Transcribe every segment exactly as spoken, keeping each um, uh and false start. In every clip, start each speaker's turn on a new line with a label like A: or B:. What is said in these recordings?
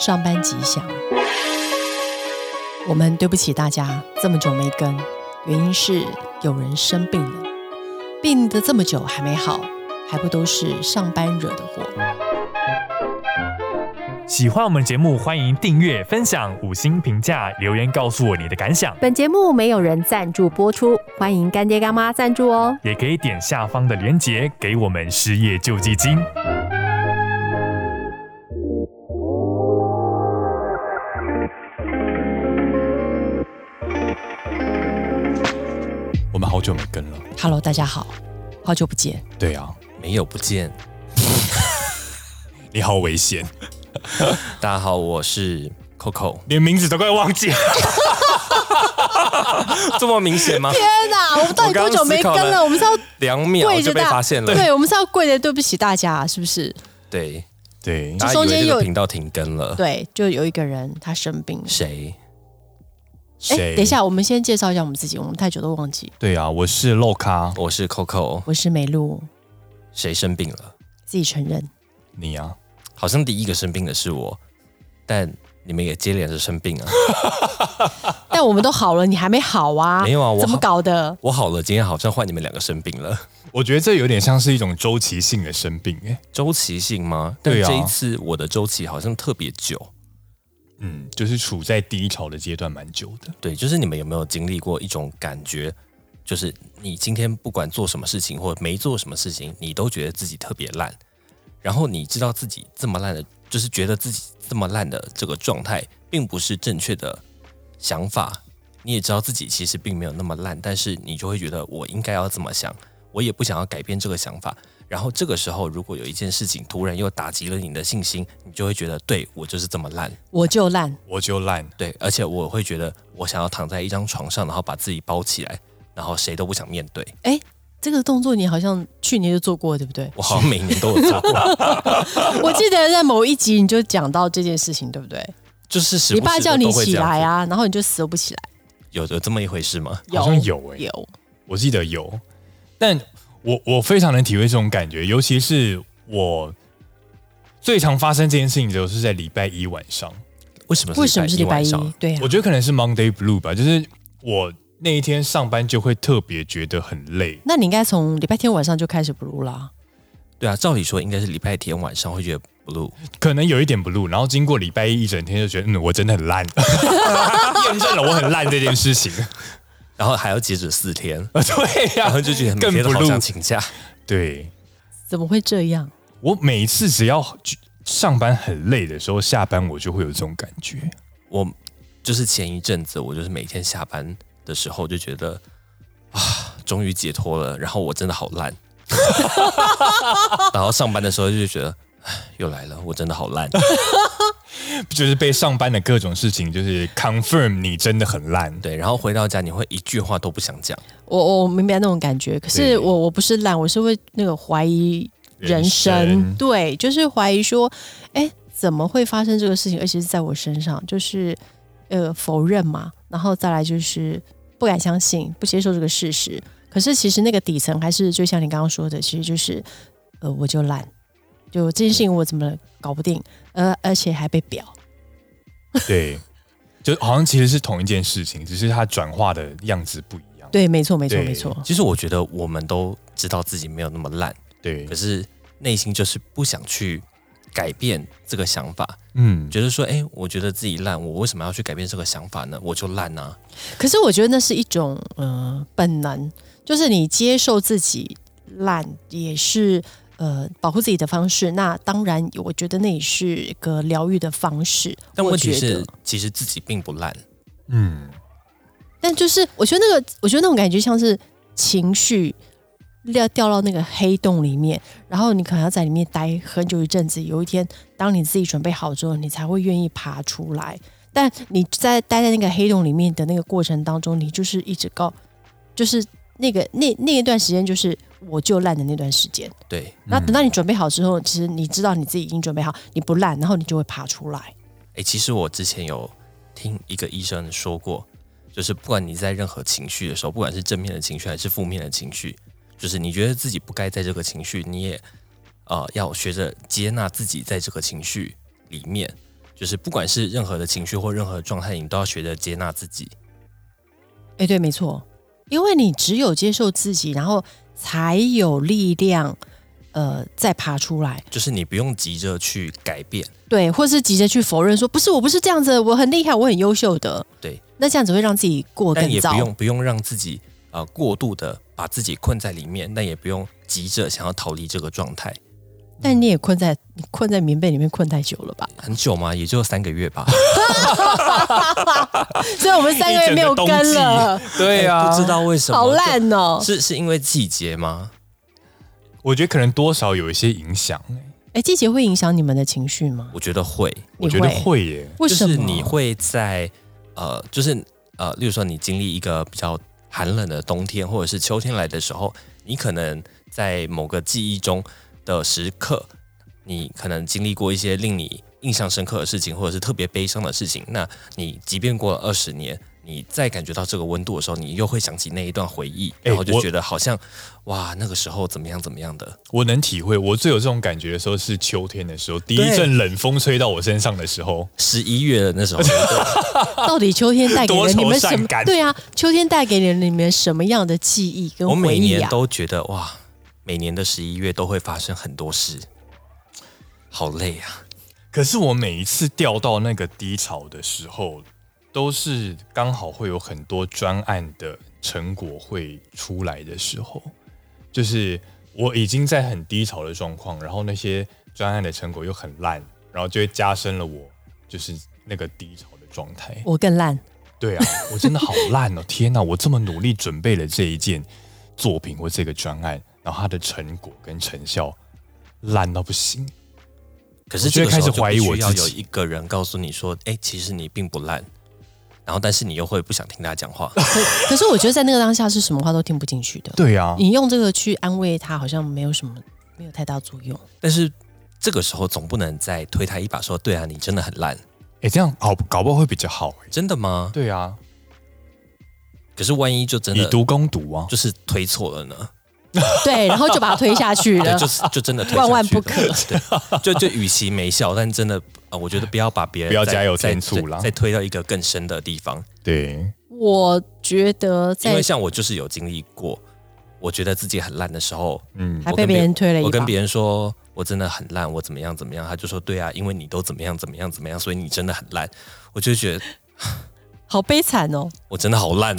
A: 上班吉祥。我们对不起大家这么久没更，原因是有人生病了，病得这么久还没好，还不都是上班惹的祸。
B: 喜欢我们节目，欢迎订阅、分享、五星评价、留言告诉我你的感想。
C: 本节目没有人赞助播出，欢迎干爹干妈赞助哦，
B: 也可以点下方的连结给我们失业救济金。
D: 我们好久没跟了。
A: Hello， 大家好，好久不见。
D: 对啊，
E: 没有不见。
D: 你好危险。
E: 大家好，我是 Coco，
D: 连名字都快忘记了。
E: 这么明显吗？
A: 天哪，我们到底多久没跟了？我们是要
E: 两秒就被发现了。
A: 对，我们是要跪着对不起大家，是不是？
E: 对
D: 对，
E: 大家以为这个频道停更了。
A: 对，就有一个人他生病了。
E: 谁？
A: 哎，等一下，我们先介绍一下我们自己，我们太久都忘记。
D: 对啊，我是洛卡，
E: 我是 Coco，
A: 我是美露。
E: 谁生病了？
A: 自己承认。
D: 你啊，
E: 好像第一个生病的是我，但你们也接连着生病啊。
A: 但我们都好了，你还没好啊？
E: 没有啊，我
A: 怎么搞的？
E: 我好了，今天好像换你们两个生病了。
D: 我觉得这有点像是一种周期性的生病，哎，
E: 周期性吗？
D: 对啊，
E: 但这一次我的周期好像特别久。
D: 嗯，就是处在低潮的阶段蛮久的。
E: 对，就是你们有没有经历过一种感觉，就是你今天不管做什么事情或没做什么事情，你都觉得自己特别烂，然后你知道自己这么烂的，就是觉得自己这么烂的这个状态，并不是正确的想法。你也知道自己其实并没有那么烂，但是你就会觉得我应该要这么想，我也不想要改变这个想法。然后这个时候，如果有一件事情突然又打击了你的信心，你就会觉得，对，我就是这么烂，
A: 我就烂，
D: 我就烂。
E: 对，而且我会觉得，我想要躺在一张床上，然后把自己包起来，然后谁都不想面对。
A: 哎，这个动作你好像去年就做过，对不对？
E: 我好像每年都有做过。
A: 我记得在某一集你就讲到这件事情，对不对？
E: 就是时不时
A: 你爸叫你起来
E: 啊，
A: 然后你就死都不起来。
E: 有有这么一回事吗？
A: 有
D: 好像有哎、欸，
A: 有，
D: 我记得有，但我我非常能体会这种感觉，尤其是我最常发生这件事情的时候是在礼拜一晚上。
E: 为什么是
A: 为什么是礼拜一？对、啊，
D: 我觉得可能是 Monday Blue 吧，就是我那一天上班就会特别觉得很累。
A: 那你应该从礼拜天晚上就开始 Blue 啦。
E: 对啊，照理说应该是礼拜天晚上会觉得 Blue，
D: 可能有一点 Blue， 然后经过礼拜一一整天就觉得，嗯，我真的很烂，验证了我很烂这件事情。
E: 然后还要截止四天，
D: 对呀、啊，
E: 然后就觉得每天都好想请假。
D: 对，
A: 怎么会这样？
D: 我每一次只要上班很累的时候，下班我就会有这种感觉。
E: 我就是前一阵子，我就是每天下班的时候就觉得啊，终于解脱了，然后我真的好烂。然后上班的时候就觉得，又来了，我真的好烂。
D: 就是被上班的各种事情，就是 confirm 你真的很烂。
E: 对，然后回到家你会一句话都不想讲。
A: 我我明白那种感觉，可是我我不是烂，我是会那个怀疑人生。
D: 人生
A: 对，就是怀疑说，哎，怎么会发生这个事情，而且是在我身上，就是呃否认嘛，然后再来就是不敢相信，不接受这个事实。可是其实那个底层还是就像你刚刚说的，其实就是呃我就烂，就这件事情我怎么搞不定，呃而且还被表。
D: 对，就好像其实是同一件事情，只是它转化的样子不一样。
A: 对，没错没错没错。
E: 其实我觉得我们都知道自己没有那么烂，
D: 对，
E: 可是内心就是不想去改变这个想法。
D: 嗯，
E: 觉得说，哎，我觉得自己烂，我为什么要去改变这个想法呢？我就烂啊。
A: 可是我觉得那是一种呃本能，就是你接受自己烂，也是呃保护自己的方式。那当然，我觉得那也是一个疗愈的方式。
E: 但问题是，其实自己并不烂。
D: 嗯，
A: 但就是我觉得那个，我觉得那种感觉像是情绪掉掉到那个黑洞里面，然后你可能要在里面待很久一阵子。有一天，当你自己准备好之后，你才会愿意爬出来。但你在待在那个黑洞里面的那个过程当中，你就是一直告，就是那个那那一段时间，就是我就烂的那段时间。
E: 对，
A: 那等到你准备好之后，其实你知道你自己已经准备好，你不烂，然后你就会爬出来。
E: 哎，其实我之前有听一个医生说过，就是不管你在任何情绪的时候，不管是正面的情绪还是负面的情绪，就是你觉得自己不该在这个情绪，你也呃要学着接纳自己在这个情绪里面。 就是不管是任何的情绪或任何的状态，你都要学着接纳自己。
A: 哎，对，没错，因为你只有接受自己，然后才有力量，呃，再爬出来。
E: 就是你不用急着去改变，
A: 对，或是急着去否认说不是，我不是这样子，我很厉害，我很优秀的。
E: 对，
A: 那这样子会让自己过得
E: 但也
A: 更糟。
E: 不用不用让自己呃过度的把自己困在里面，但也不用急着想要逃离这个状态。
A: 但你也困在你困在棉被里面困太久了吧？
E: 很久吗？也就三个月吧。
A: 所以我们三个月没有跟了，
D: 对啊，
E: 不知道为什么，
A: 好烂哦！
E: 是是因为季节吗？
D: 我觉得可能多少有一些影响。
A: 哎，季节会影响你们的情绪吗？
E: 我觉得会，
D: 我觉得会耶。
A: 为什么？
E: 就是你会在呃，就是呃，例如说你经历一个比较寒冷的冬天，或者是秋天来的时候，你可能在某个记忆中的时刻，你可能经历过一些令你印象深刻的事情，或者是特别悲伤的事情。那你即便过了二十年，你再感觉到这个温度的时候，你又会想起那一段回忆，然后就觉得好像、欸、哇，那个时候怎么样怎么样的。
D: 我能体会，我最有这种感觉的时候是秋天的时候，第一阵冷风吹到我身上的时候，
E: 十一月的那时候。
A: 到底秋天带给了你们什么？对啊，秋天带给了你们什么样的记忆跟回忆啊？
E: 我每年都觉得哇，每年的十一月都会发生很多事，好累啊。
D: 可是我每一次掉到那个低潮的时候，都是刚好会有很多专案的成果会出来的时候，就是我已经在很低潮的状况，然后那些专案的成果又很烂，然后就会加深了我就是那个低潮的状态。
A: 我更烂。
D: 对啊，我真的好烂哦！天哪，我这么努力准备了这一件作品或这个专案，然后它的成果跟成效烂到不行。
E: 可是这个时候就必须要有一个人告诉你说：“哎、欸，其实你并不烂。”然后，但是你又会不想听他讲话。
A: 可, 可是我觉得在那个当下是什么话都听不进去的。
D: 对啊，
A: 你用这个去安慰他，好像没有什么，没有太大作用。
E: 但是这个时候总不能再推他一把，说：“对啊，你真的很烂。”
D: 哎，这样搞搞不好会比较好。欸。
E: 真的吗？
D: 对啊。
E: 可是万一就真的
D: 以毒攻毒啊，
E: 就是推错了呢？
A: 对，然后就把它推下去了，
E: 就是就真的推下去了，
A: 万万不可。
E: 对，就就与其没效，但真的、呃，我觉得不要把别人
D: 不要加油添醋啦，
E: 再推到一个更深的地方。
D: 对，
A: 我觉得在，
E: 因为像我就是有经历过，我觉得自己很烂的时候，
A: 嗯，还被别人推了一把。
E: 我跟别人说我真的很烂，我怎么样怎么样，他就说对啊，因为你都怎么样怎么样怎么样，所以你真的很烂。我就觉得
A: 好悲惨哦，
E: 我真的好烂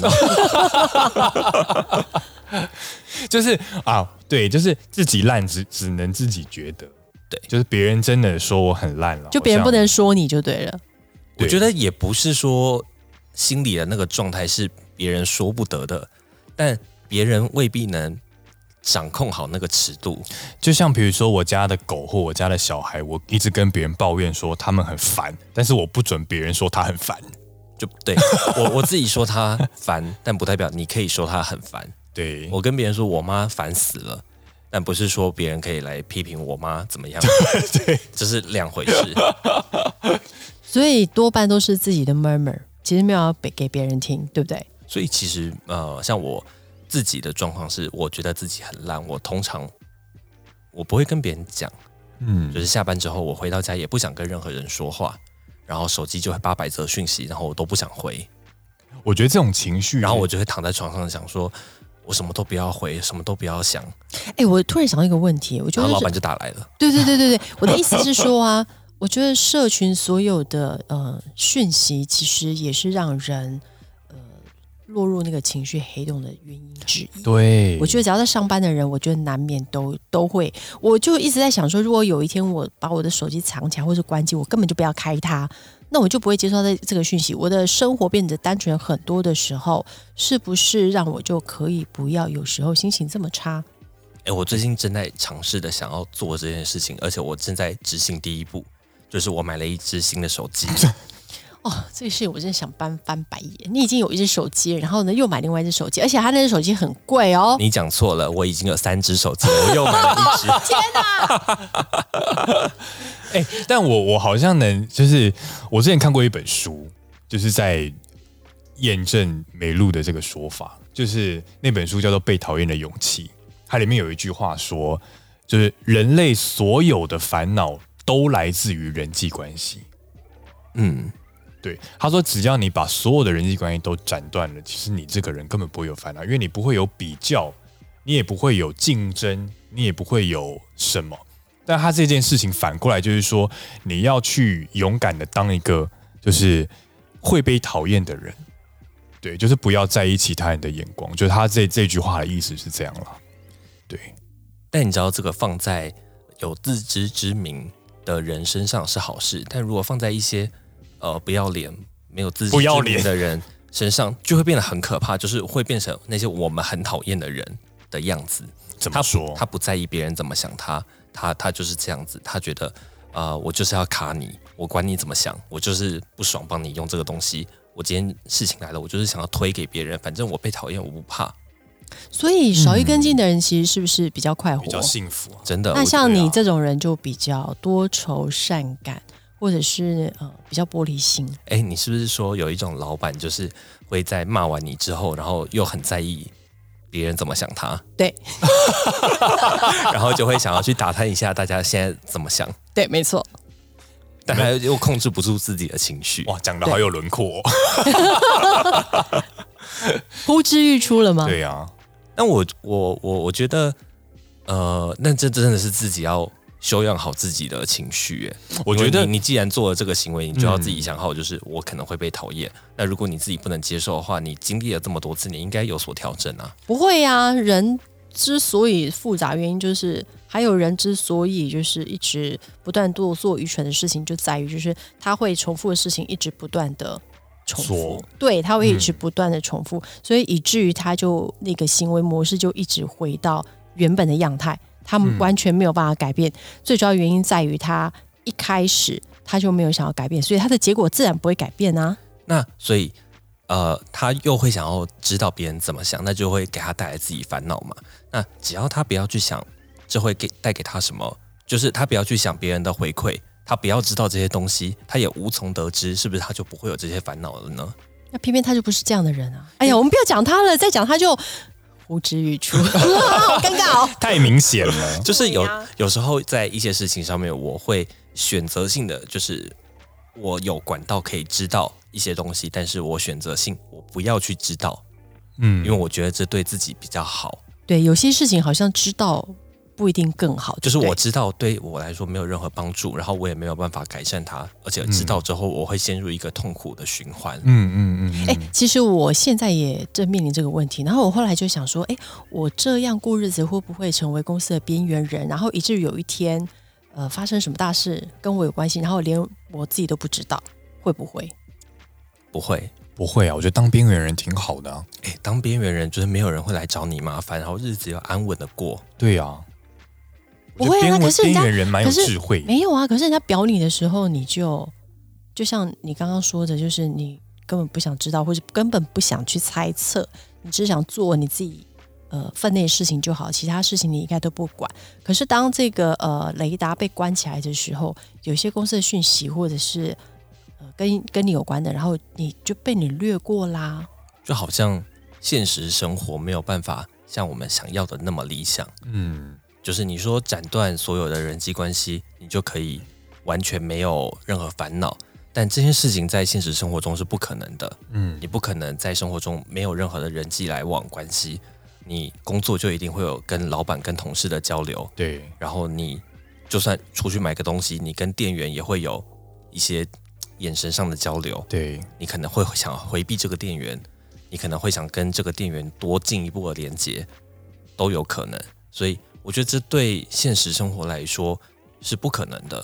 E: 哦。
D: 就是啊，对，就是自己烂只只能自己觉得，
E: 对，
D: 就是别人真的说我很烂了，
A: 就别人不能说你就对了。
E: 我觉得也不是说心里的那个状态是别人说不得的，但别人未必能掌控好那个尺度。
D: 就像比如说我家的狗或我家的小孩，我一直跟别人抱怨说他们很烦，但是我不准别人说他很烦。
E: 就对我我自己说他烦，但不代表你可以说他很烦。
D: 对，
E: 我跟别人说我妈烦死了，但不是说别人可以来批评我妈怎么样。
D: 对，
E: 这是两回事。
A: 所以多半都是自己的 murmur， 其实没有要给别人听，对不对？
E: 所以其实呃，像我自己的状况是，我觉得自己很烂，我通常我不会跟别人讲，嗯，就是下班之后我回到家也不想跟任何人说话，然后手机就会八百则讯息，然后我都不想回。
D: 我觉得这种情绪，
E: 然后我就会躺在床上想说，我什么都不要回，什么都不要想。
A: 哎、欸，我突然想到一个问题，我觉得、
E: 然后老板就打来了。
A: 对对对对对，我的意思是说啊，我觉得社群所有的呃讯息，其实也是让人呃落入那个情绪黑洞的原因之一。
D: 对，
A: 我觉得只要在上班的人，我觉得难免都都会。我就一直在想说，如果有一天我把我的手机藏起来或是关机，我根本就不要开它。那我就不会接受到这个讯息，我的生活变得单纯很多的时候，是不是让我就可以不要有时候心情这么差？
E: 哎，我最近正在尝试的想要做这件事情，而且我正在执行第一步，就是我买了一只新的手机。
A: 哦，这个事情我真的想翻翻白眼。你已经有一只手机，然后呢又买另外一只手机，而且他那只手机很贵哦。
E: 你讲错了，我已经有三只手机了，我又买了一只。
A: 天哪！
D: 哎、欸，但我我好像能，就是我之前看过一本书，就是在验证美露的这个说法，就是那本书叫做《被讨厌的勇气》，它里面有一句话说，就是人类所有的烦恼都来自于人际关系。
E: 嗯，
D: 对，他说只要你把所有的人际关系都斩断了，其实你这个人根本不会有烦恼，因为你不会有比较，你也不会有竞争，你也不会有什么。但他这件事情反过来就是说，你要去勇敢的当一个就是会被讨厌的人。对，就是不要在意其他人的眼光，就是他这这句话的意思是这样啦。对，
E: 但你知道这个放在有自知之明的人身上是好事，但如果放在一些呃不要脸、没有自知之明的人身上，就会变得很可怕，就是会变成那些我们很讨厌的人的样子。
D: 怎么说？
E: 他, 他不在意别人怎么想他，他他就是这样子，他觉得呃我就是要卡你，我管你怎么想，我就是不爽帮你用这个东西。我今天事情来了，我就是想要推给别人，反正我被讨厌，我不怕。
A: 所以少一根筋的人，其实是不是比较快活、
D: 比较幸福、啊？
E: 真的。
A: 那像你这种人就比较多愁善感，或者是呃比较玻璃心。
E: 哎，你是不是说有一种老板就是会在骂完你之后，然后又很在意别人怎么想他？
A: 对，
E: 然后就会想要去打探一下大家现在怎么想。
A: 对，没错。
E: 但他又控制不住自己的情绪。
D: 哇，讲得好有轮廓、哦，
A: 呼之欲出了吗？
D: 对呀、啊。
E: 但我我我我觉得，呃，那这真的是自己要修养好自己的情绪。哎，我觉得你既然做了这个行为，你就要自己想好，就是我可能会被讨厌。嗯、那如果你自己不能接受的话，你经历了这么多次，你应该有所调整啊。
A: 不会啊，人之所以复杂，原因就是还有人之所以就是一直不断做做愚蠢的事情，就在于就是他会重复的事情一直不断的重复，对，他会一直不断的重复、嗯，所以以至于他就那个行为模式就一直回到原本的样态，他们完全没有办法改变。嗯、最主要原因在于他一开始他就没有想要改变，所以他的结果自然不会改变啊。
E: 那所以。呃，他又会想要知道别人怎么想，那就会给他带来自己烦恼嘛。那只要他不要去想，这会给带给他什么，就是他不要去想别人的回馈，他不要知道这些东西，他也无从得知，是不是他就不会有这些烦恼了呢？
A: 那偏偏他就不是这样的人啊！哎呀，我们不要讲他了，再讲他就呼之欲出，好尴尬哦，
D: 太明显了。
E: 就是有有时候在一些事情上面，我会选择性的，就是我有管道可以知道一些东西，但是我选择性我不要去知道，嗯，因为我觉得这对自己比较好。
A: 对，有些事情好像知道不一定更好，
E: 就是我知道对我来说没有任何帮助，然后我也没有办法改善它，而且知道之后我会陷入一个痛苦的循环。
D: 嗯嗯嗯。
A: 哎、欸，其实我现在也正面临这个问题，然后我后来就想说，哎、欸，我这样过日子会不会成为公司的边缘人？然后以至于有一天，呃，发生什么大事跟我有关系，然后连我自己都不知道，会不会？
E: 不会，
D: 不会啊！我觉得当边缘人挺好的啊。
E: 哎、欸，当边缘人就是没有人会来找你麻烦，然后日子要安稳的过。
D: 对啊。
A: 不会啊，可是人家
D: 边缘人蛮有智慧，
A: 没有啊。可是人家表你的时候，你就就像你刚刚说的，就是你根本不想知道，或者根本不想去猜测，你只想做你自己呃分内的事情就好，其他事情你应该都不管。可是当这个呃雷达被关起来的时候，有些公司的讯息或者是呃跟跟你有关的，然后你就被你略过啦。
E: 就好像现实生活没有办法像我们想要的那么理想，嗯。就是你说斩断所有的人际关系，你就可以完全没有任何烦恼，但这件事情在现实生活中是不可能的。嗯，你不可能在生活中没有任何的人际来往关系，你工作就一定会有跟老板、跟同事的交流。
D: 对，
E: 然后你就算出去买个东西，你跟店员也会有一些眼神上的交流。
D: 对，
E: 你可能会想回避这个店员，你可能会想跟这个店员多进一步的连接，都有可能。所以我觉得这对现实生活来说是不可能的。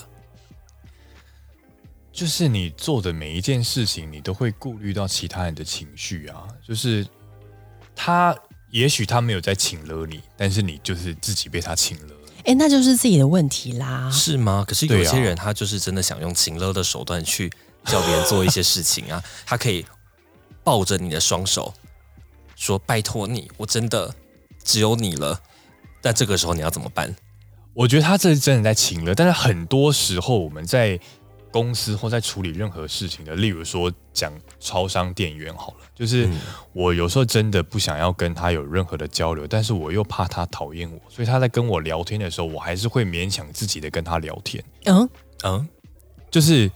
D: 就是你做的每一件事情，你都会顾虑到其他人的情绪啊。就是他也许他没有在请了你，但是你就是自己被他请了。
A: 哎，那就是自己的问题啦。
E: 是吗？可是有些人他就是真的想用请了的手段去叫别人做一些事情啊。他可以抱着你的双手说：“拜托你，我真的只有你了。”但这个时候你要怎么办？
D: 我觉得他这是真的在请了，但是很多时候我们在公司或在处理任何事情的，例如说讲超商店员好了，就是我有时候真的不想要跟他有任何的交流，但是我又怕他讨厌我，所以他在跟我聊天的时候，我还是会勉强自己的跟他聊天。嗯
E: 嗯，
D: 就是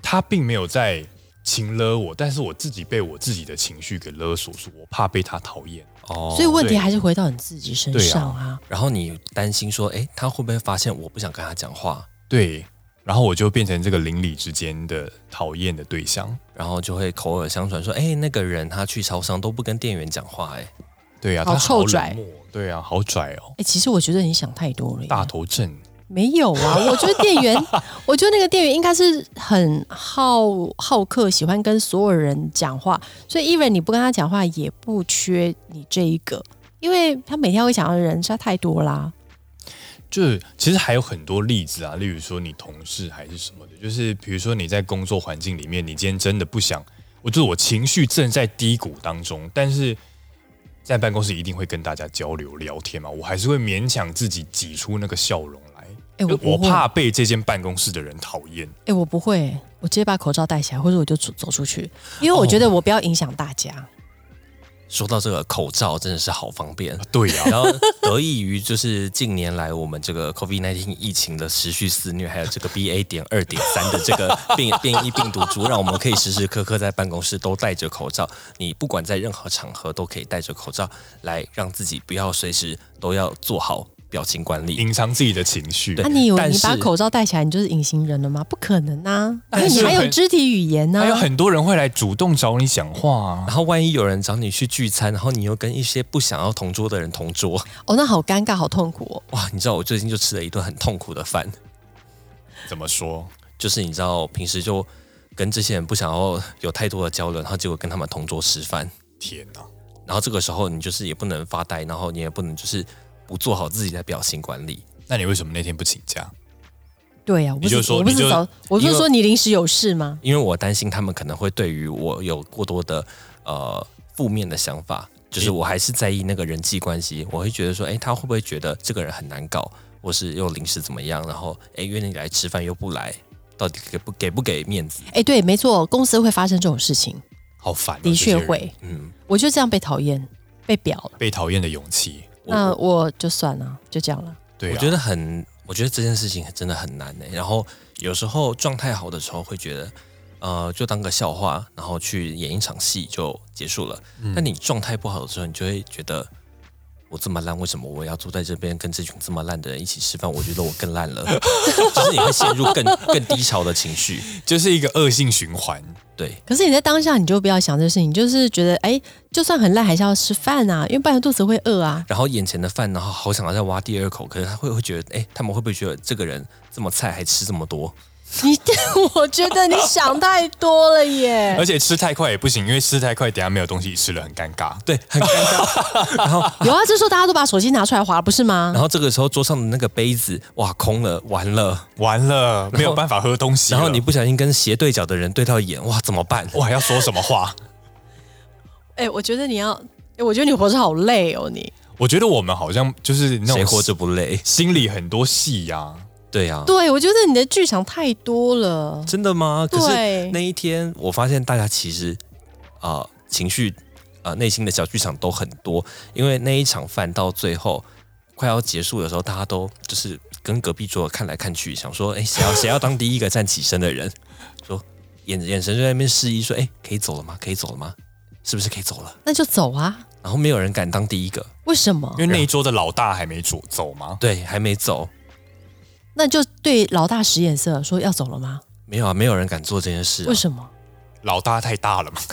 D: 他并没有在情勒我，但是我自己被我自己的情绪给勒索住，我怕被他讨厌。
E: 哦，
A: 所以问题还是回到你自己身上啊。
E: 然后你担心说，哎，他会不会发现我不想跟他讲话？
D: 对，然后我就变成这个邻里之间的讨厌的对象，
E: 然后就会口耳相传说，哎，那个人他去超商都不跟店员讲话，哎，
D: 对啊，
A: 好
D: 他好
A: 臭拽
D: 冷漠，对啊，好拽哦，
A: 哎，其实我觉得你想太多了耶。
D: 大头症。
A: 没有啊，我觉得店员，我觉得那个店员应该是很好好客，喜欢跟所有人讲话，所以 even 你不跟他讲话，也不缺你这一个，因为他每天会讲的人实在太多啦。
D: 就是其实还有很多例子啊，例如说你同事还是什么的，就是比如说你在工作环境里面，你今天真的不想，我就是我情绪正在低谷当中，但是在办公室一定会跟大家交流聊天嘛，我还是会勉强自己挤出那个笑容来。
A: 哎，我
D: 我怕被这间办公室的人讨厌。
A: 哎，我不会，我直接把口罩戴起来，或者我就走走出去，因为我觉得我不要影响大家。哦，
E: 说到这个口罩，真的是好方便。
D: 对呀、啊，
E: 然后得益于就是近年来我们这个 COVID 十九 疫情的持续肆虐，还有这个 B A 点二点三的这个变变异病毒株，让我们可以时时刻刻在办公室都戴着口罩。你不管在任何场合都可以戴着口罩，来让自己不要随时都要做好表情管理，
D: 隐藏自己的情绪。
A: 那、啊、你以为你
E: 但是
A: 把口罩戴起来，你就是隐形人了吗？不可能啊，因为
D: 但是
A: 你还有肢体语言呢、啊。
D: 还有很多人会来主动找你讲话啊。
E: 然后万一有人找你去聚餐，然后你又跟一些不想要同桌的人同桌，
A: 哦，那好尴尬，好痛苦哦。
E: 哇，你知道我最近就吃了一顿很痛苦的饭。
D: 怎么说？
E: 就是你知道平时就跟这些人不想要有太多的交流，然后结果跟他们同桌吃饭。
D: 天哪！
E: 然后这个时候你就是也不能发呆，然后你也不能就是不做好自己的表情管理。
D: 那你为什么那天不请假？
A: 对呀、啊，我不是
D: 你就说
A: 我不是早，我不是说你临时有事吗？
E: 因为我担心他们可能会对于我有过多的呃负面的想法，就是我还是在意那个人际关系，我会觉得说，哎，他会不会觉得这个人很难搞，或是又临时怎么样，然后哎约你来吃饭又不来，到底给不给不给面子？
A: 哎，对，没错，公司会发生这种事情，
D: 好烦、哦，
A: 的确会。
E: 嗯，
A: 我就这样被讨厌，被表了，
D: 被讨厌的勇气。
A: 那我就算了，就这样了。
D: 对、啊，
E: 我觉得很，我觉得这件事情真的很难呢。然后有时候状态好的时候会觉得，呃，就当个笑话，然后去演一场戏就结束了。嗯、但你状态不好的时候，你就会觉得我这么烂，为什么我要坐在这边跟这群这么烂的人一起吃饭？我觉得我更烂了，就是你会陷入更更低潮的情绪，
D: 就是一个恶性循环。
E: 对，
A: 可是你在当下，你就不要想这事情，你就是觉得，哎，就算很烂，还是要吃饭啊，因为不然肚子会饿啊。
E: 然后眼前的饭，然后好想要再挖第二口，可是他会会觉得，哎，他们会不会觉得这个人这么菜还吃这么多？
A: 你，我觉得你想太多了耶。
D: 而且吃太快也不行，因为吃太快，等一下没有东西吃了，很尴尬。
E: 对，很尴尬。然后
A: 有啊，这时候大家都把手机拿出来滑，不是吗？
E: 然后这个时候桌上的那个杯子，哇，空了，完了，
D: 完了，没有办法喝东西了。
E: 然后你不小心跟斜对角的人对到眼，哇，怎么办？
D: 我还要说什么话？
A: 哎，我觉得你要，哎，我觉得你活着好累哦，你。
D: 我觉得我们好像就是那种
E: 谁活着不累，
D: 心里很多戏呀、啊。
E: 对呀、啊，
A: 对，我觉得你的剧场太多了。
E: 真的吗？可
A: 对
E: 是那一天我发现大家其实啊、呃、情绪呃内心的小剧场都很多，因为那一场饭到最后快要结束的时候，大家都就是跟隔壁桌看来看去，想说，哎，谁要谁要当第一个站起身的人？说眼眼神就在那边示意说，哎，可以走了吗？可以走了吗？是不是可以走了？
A: 那就走啊。
E: 然后没有人敢当第一个，
A: 为什么？
D: 因为那一桌的老大还没走走吗？
E: 对，还没走。
A: 那就对老大使眼色，说要走了吗？
E: 没有啊，没有人敢做这件事、啊。
A: 为什么？
D: 老大太大了嘛。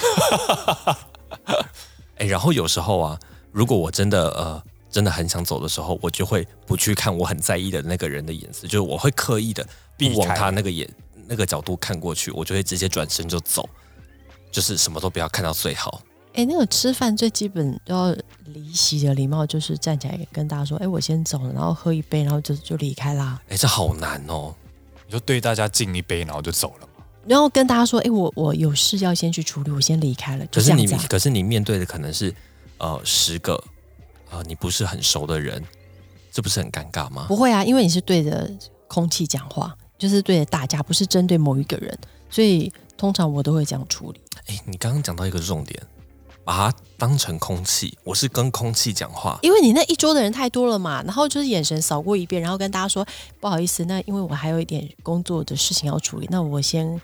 E: 哎，然后有时候啊，如果我真的呃真的很想走的时候，我就会不去看我很在意的那个人的眼色，就是我会刻意的不往他那个眼那个角度看过去，我就会直接转身就走，就是什么都不要看到最好。
A: 哎，那个吃饭最基本都要离席的礼貌，就是站起来跟大家说：“哎，我先走了，然后喝一杯，然后就就离开啦。”
E: 哎，这好难哦！
D: 你就对大家敬一杯，然后就走了嘛。
A: 然后跟大家说：“哎，我我有事要先去处理，我先离开了。”
E: 可是你
A: 就这样子啊
E: 可是你面对的可能是呃十个呃你不是很熟的人，这不是很尴尬吗？
A: 不会啊，因为你是对着空气讲话，就是对着大家，不是针对某一个人，所以通常我都会这样处理。
E: 哎，你刚刚讲到一个重点。把它当成空气，我是跟空气讲话，
A: 因为你那一桌的人太多了嘛，然后就是眼神扫过一遍，然后跟大家说不好意思，那因为我还有一点工作的事情要处理，那我先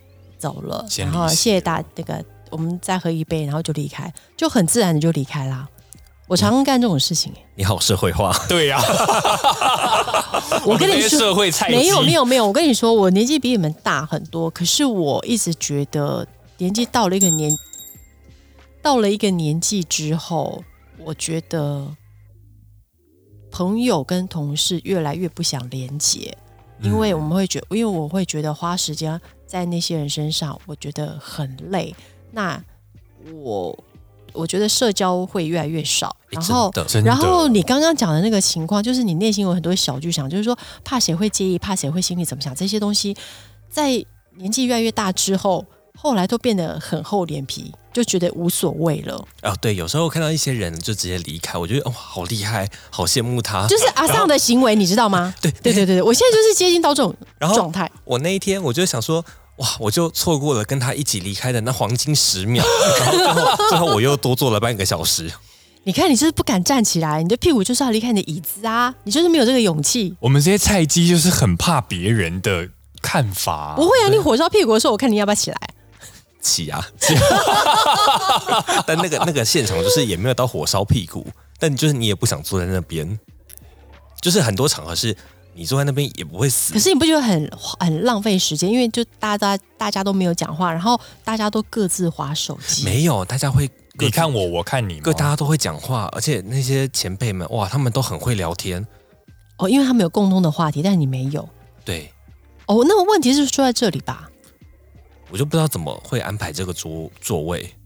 A: 走了，
D: 先
A: 然后
D: 离席
A: 谢谢大那个，我们再喝一杯，然后就离开，就很自然的就离开啦。我常常干这种事情、欸，
E: 你好社会化，
D: 对呀、啊，
A: 我跟你
D: 们这些
A: 说，
D: 社会菜鸡
A: 没有没有没有，我跟你说，我年纪比你们大很多，可是我一直觉得年纪到了一个年，到了一个年纪之后，我觉得朋友跟同事越来越不想连结，因为我们会觉得，因为我会觉得花时间在那些人身上，我觉得很累。那我我觉得社交会越来越少，然后
E: 真的
D: 真的
A: 然后你刚刚讲的那个情况，就是你内心有很多小剧场，就是说怕谁会介意，怕谁会心里怎么想，这些东西在年纪越来越大之后，后来都变得很厚脸皮，就觉得无所谓了。
E: 哦，对，有时候看到一些人就直接离开，我觉得哦，好厉害，好羡慕他。
A: 就是阿桑的行为，你知道吗？
E: 对
A: 对对对对，我现在就是接近到这种
E: 然后
A: 状态。
E: 我那一天我就想说，哇，我就错过了跟他一起离开的那黄金十秒，然后最后最后我又多坐了半个小时。
A: 你看，你就是不敢站起来，你的屁股就是要离开你的椅子啊，你就是没有这个勇气。
D: 我们这些菜鸡就是很怕别人的看法、
A: 不会啊，你火烧屁股的时候，我看你要不要起来？
E: 起啊！但那个那个现场就是也没有到火烧屁股，但就是你也不想坐在那边，就是很多场合是你坐在那边也不会死。
A: 可是你不觉得很很浪费时间？因为就大家大家都没有讲话，然后大家都各自滑手机。
E: 没有，大家会
D: 你看我，我看你吗，
E: 各大家都会讲话，而且那些前辈们哇，他们都很会聊天。
A: 哦，因为他们有共同的话题，但是你没有。
E: 对，
A: 哦，那么问题是出在这里吧？
E: 我就不知道怎么会安排这个桌座位。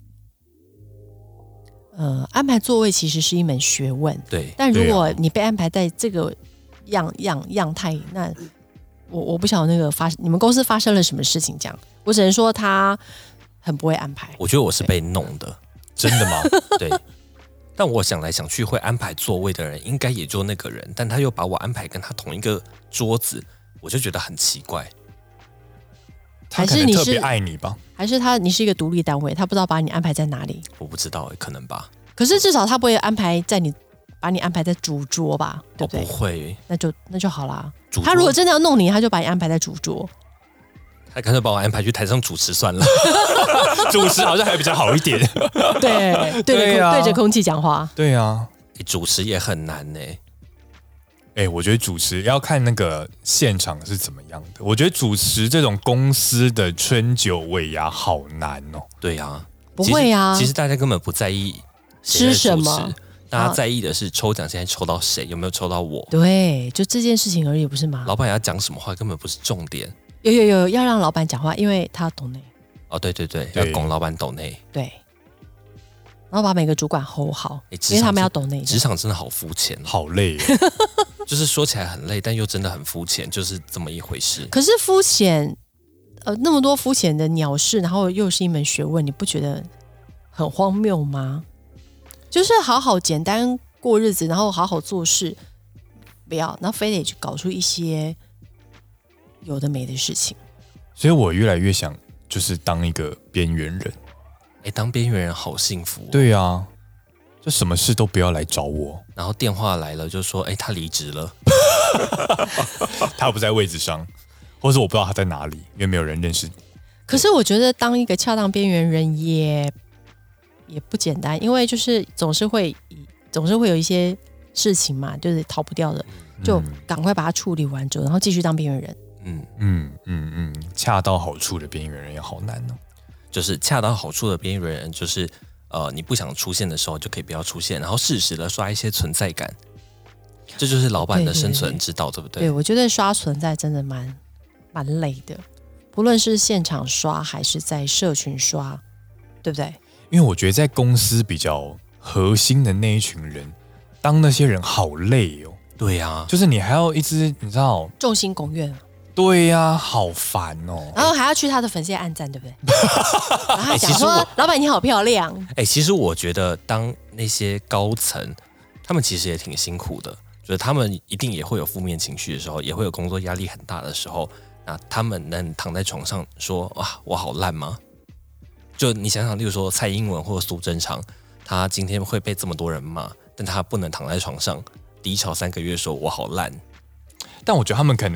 A: 呃，安排座位其实是一门学问，
E: 对，
A: 但如果
D: 对啊
A: 你被安排在这个样样样态，那我我不晓得那个发你们公司发生了什么事情，这样我只能说他很不会安排。
E: 我觉得我是被弄的，
D: 真的吗？
E: 对。但我想来想去，会安排座位的人应该也就那个人，但他又把我安排跟他同一个桌子，我就觉得很奇怪。
D: 他可能特别爱你吧？
A: 还是他你是一个独立单位，他不知道把你安排在哪里？
E: 我不知道，可能吧。
A: 可是至少他不会安排在你把你安排在主桌吧？对不对？
E: 我不会，
A: 那就那就好啦。
E: 主桌
A: 他如果真的要弄你，他就把你安排在主桌。
E: 他干脆把我安排去台上主持算了。
D: 主持好像还比较好一点。
A: 对，对着
D: 对啊
A: 对着空气讲话。
D: 对啊，
E: 欸主持也很难呢、
D: 哎、我觉得主持要看那个现场是怎么样的。我觉得主持这种公司的春酒尾牙好难哦。
E: 对啊，
A: 不会啊
E: 其实，其实大家根本不在意谁在
A: 吃什
E: 主持
A: 么，
E: 大家在意的是抽奖现在抽到谁，有没有抽到我。
A: 对，就这件事情而已，不是吗？
E: 老板要讲什么话根本不是重点。
A: 有有有，要让老板讲话，因为他要懂内。
E: 哦，对对对，
D: 对
E: 要拱老板抖内。
A: 对，然后把每个主管 hold 好，
E: 欸职场
A: 因为他们要懂内。
E: 职场真的好肤浅，
D: 好累哦。
E: 就是说起来很累，但又真的很肤浅，就是这么一回事。
A: 可是肤浅，呃，那么多肤浅的鸟事，然后又是一门学问，你不觉得很荒谬吗？就是好好简单过日子，然后好好做事，不要，然后非得去搞出一些有的没的事情。
D: 所以我越来越想就是当一个边缘人。
E: 哎，当边缘人好幸福、哦。
D: 对啊，就什么事都不要来找我。
E: 然后电话来了就说，哎，他离职了。
D: 他不在位置上，或者我不知道他在哪里，因为没有人认识你。
A: 可是我觉得当一个恰当边缘人也也不简单，因为就是总是会总是会有一些事情嘛，就是逃不掉的，就赶快把它处理完之后，然后继续当边缘人。
E: 嗯
D: 嗯嗯嗯，恰到好处的边缘人也好难哦。
E: 就是恰到好处的边缘人，就是呃，你不想出现的时候就可以不要出现，然后适时的刷一些存在感，这就是老板的生存之道，对不对？
A: 对，我觉得刷存在真的蛮蛮累的，不论是现场刷还是在社群刷，对不对？
D: 因为我觉得在公司比较核心的那一群人，当那些人好累哦。
E: 对呀、啊，
D: 就是你还要一直，你知道，
A: 众星拱月。
D: 对呀、啊，好烦哦。
A: 然后还要去他的粉丝页按赞，对不对？然后他讲说：“
E: 欸、
A: 老板你好漂亮。”
E: 哎，其实我觉得当那些高层，他们其实也挺辛苦的，就是他们一定也会有负面情绪的时候，也会有工作压力很大的时候。那他们能躺在床上说：“哇，我好烂吗？”就你想想，例如说蔡英文或者苏贞昌，他今天会被这么多人骂，但他不能躺在床上低潮三个月说“我好烂”。
D: 但我觉得他们可能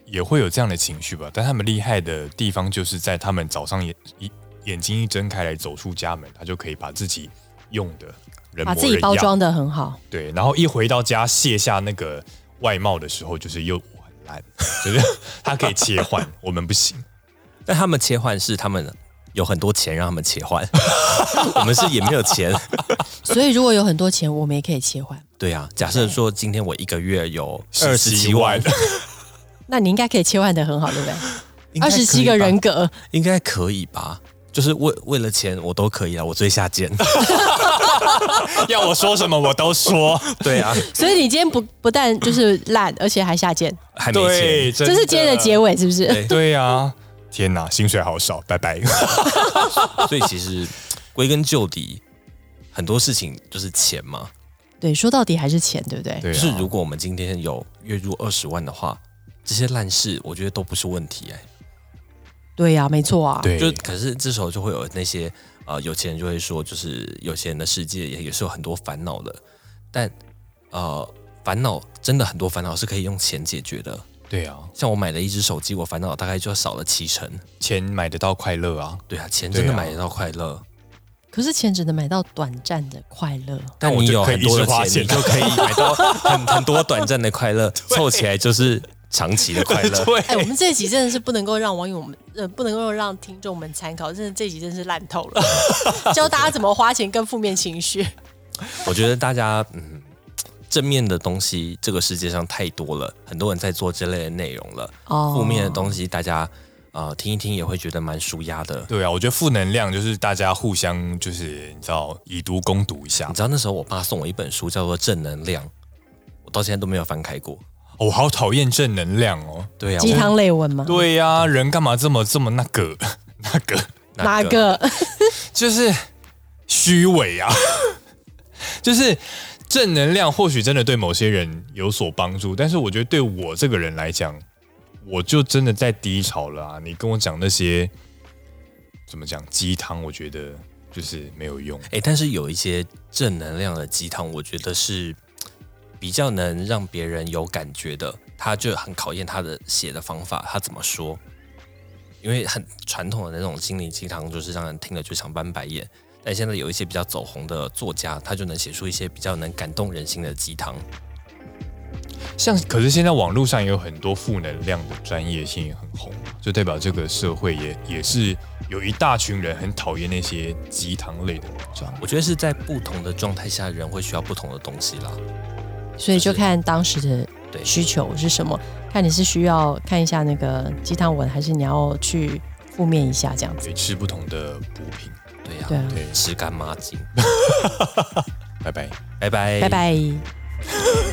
D: 也会有这样的情绪吧。但他们厉害的地方就是在他们早上眼一眼睛一睁开来走出家门，他就可以把自己用的人模人样，
A: 把自己包装的很好。
D: 对，然后一回到家卸下那个外貌的时候，就是又我很烂，就是他可以切换，我们不行。
E: 但他们切换是他们有很多钱让他们切换，我们是也没有钱。
A: 所以如果有很多钱，我们也可以切换。
E: 对啊，假设说今天我一个月有二十七万，
A: 那你应该可以切换的很好，对不对？二十七个人格，
E: 应该可以吧？就是为为了钱，我都可以啊，我最下贱。
D: 要我说什么我都说。
E: 对啊，
A: 所以你今天不不但就是烂，而且还下贱，
E: 还没钱，
A: 这是今天的结尾，是不是？
E: 对
D: 对啊，天哪，薪水好少，拜拜。
E: 所以其实归根究底，很多事情就是钱嘛。
A: 对，说到底还是钱，对不对？
D: 对啊，
E: 就是如果我们今天有月入二十万的话，这些烂事我觉得都不是问题哎、欸。
A: 对呀、啊，没错啊。
D: 对，
E: 就可是这时候就会有那些呃有钱人就会说，就是有钱人的世界也也是有很多烦恼的，但呃烦恼真的很多烦恼是可以用钱解决的。
D: 对啊，
E: 像我买了一只手机，我烦恼大概就少了七成。
D: 钱买得到快乐啊。
E: 对啊，钱真的买得到快乐。
A: 可是钱只能买到短暂的快乐，
E: 但你有很多的钱，你就可以买到很很多短暂的快乐，凑起来就是长期的快乐。
A: 哎、欸，我们这一集真的是不能够让网友们，呃，不能够让听众们参考，真的这一集真是烂透了，教大家怎么花钱跟负面情绪。
E: 我觉得大家，嗯，正面的东西这个世界上太多了，很多人在做这类的内容了。哦，负面的东西大家呃听一听也会觉得蛮舒压的。
D: 对啊，我觉得负能量就是大家互相就是你知道以毒攻毒一下。
E: 你知道那时候我爸送我一本书叫做《正能量》，我到现在都没有翻开过。
D: 我、哦、好讨厌正能量哦。
E: 对啊，
A: 鸡汤类文吗？
D: 对呀、啊，人干嘛这么这么那个那个
A: 哪个？
D: 就是虚伪啊，就是正能量或许真的对某些人有所帮助，但是我觉得对我这个人来讲，我就真的在低潮了啊！你跟我讲那些怎么讲鸡汤，我觉得就是没有用。
E: 哎，但是有一些正能量的鸡汤，我觉得是比较能让别人有感觉的，他就很考验他的写的方法，他怎么说。因为很传统的那种心灵鸡汤，就是让人听了就想翻白眼。但现在有一些比较走红的作家，他就能写出一些比较能感动人心的鸡汤。
D: 像，可是现在网络上也有很多负能量的专业性也很红，就代表这个社会也也是有一大群人很讨厌那些鸡汤类的文章。
E: 我觉得是在不同的状态下，人会需要不同的东西啦。
A: 所以就看当时的需求是什么，看你是需要看一下那个鸡汤文，还是你要去负面一下这样子。
D: 对，吃不同的补品。
E: 对呀、啊，
A: 对啊，
E: 对，吃干抹净。
D: 拜拜，
E: 拜拜，
A: 拜拜。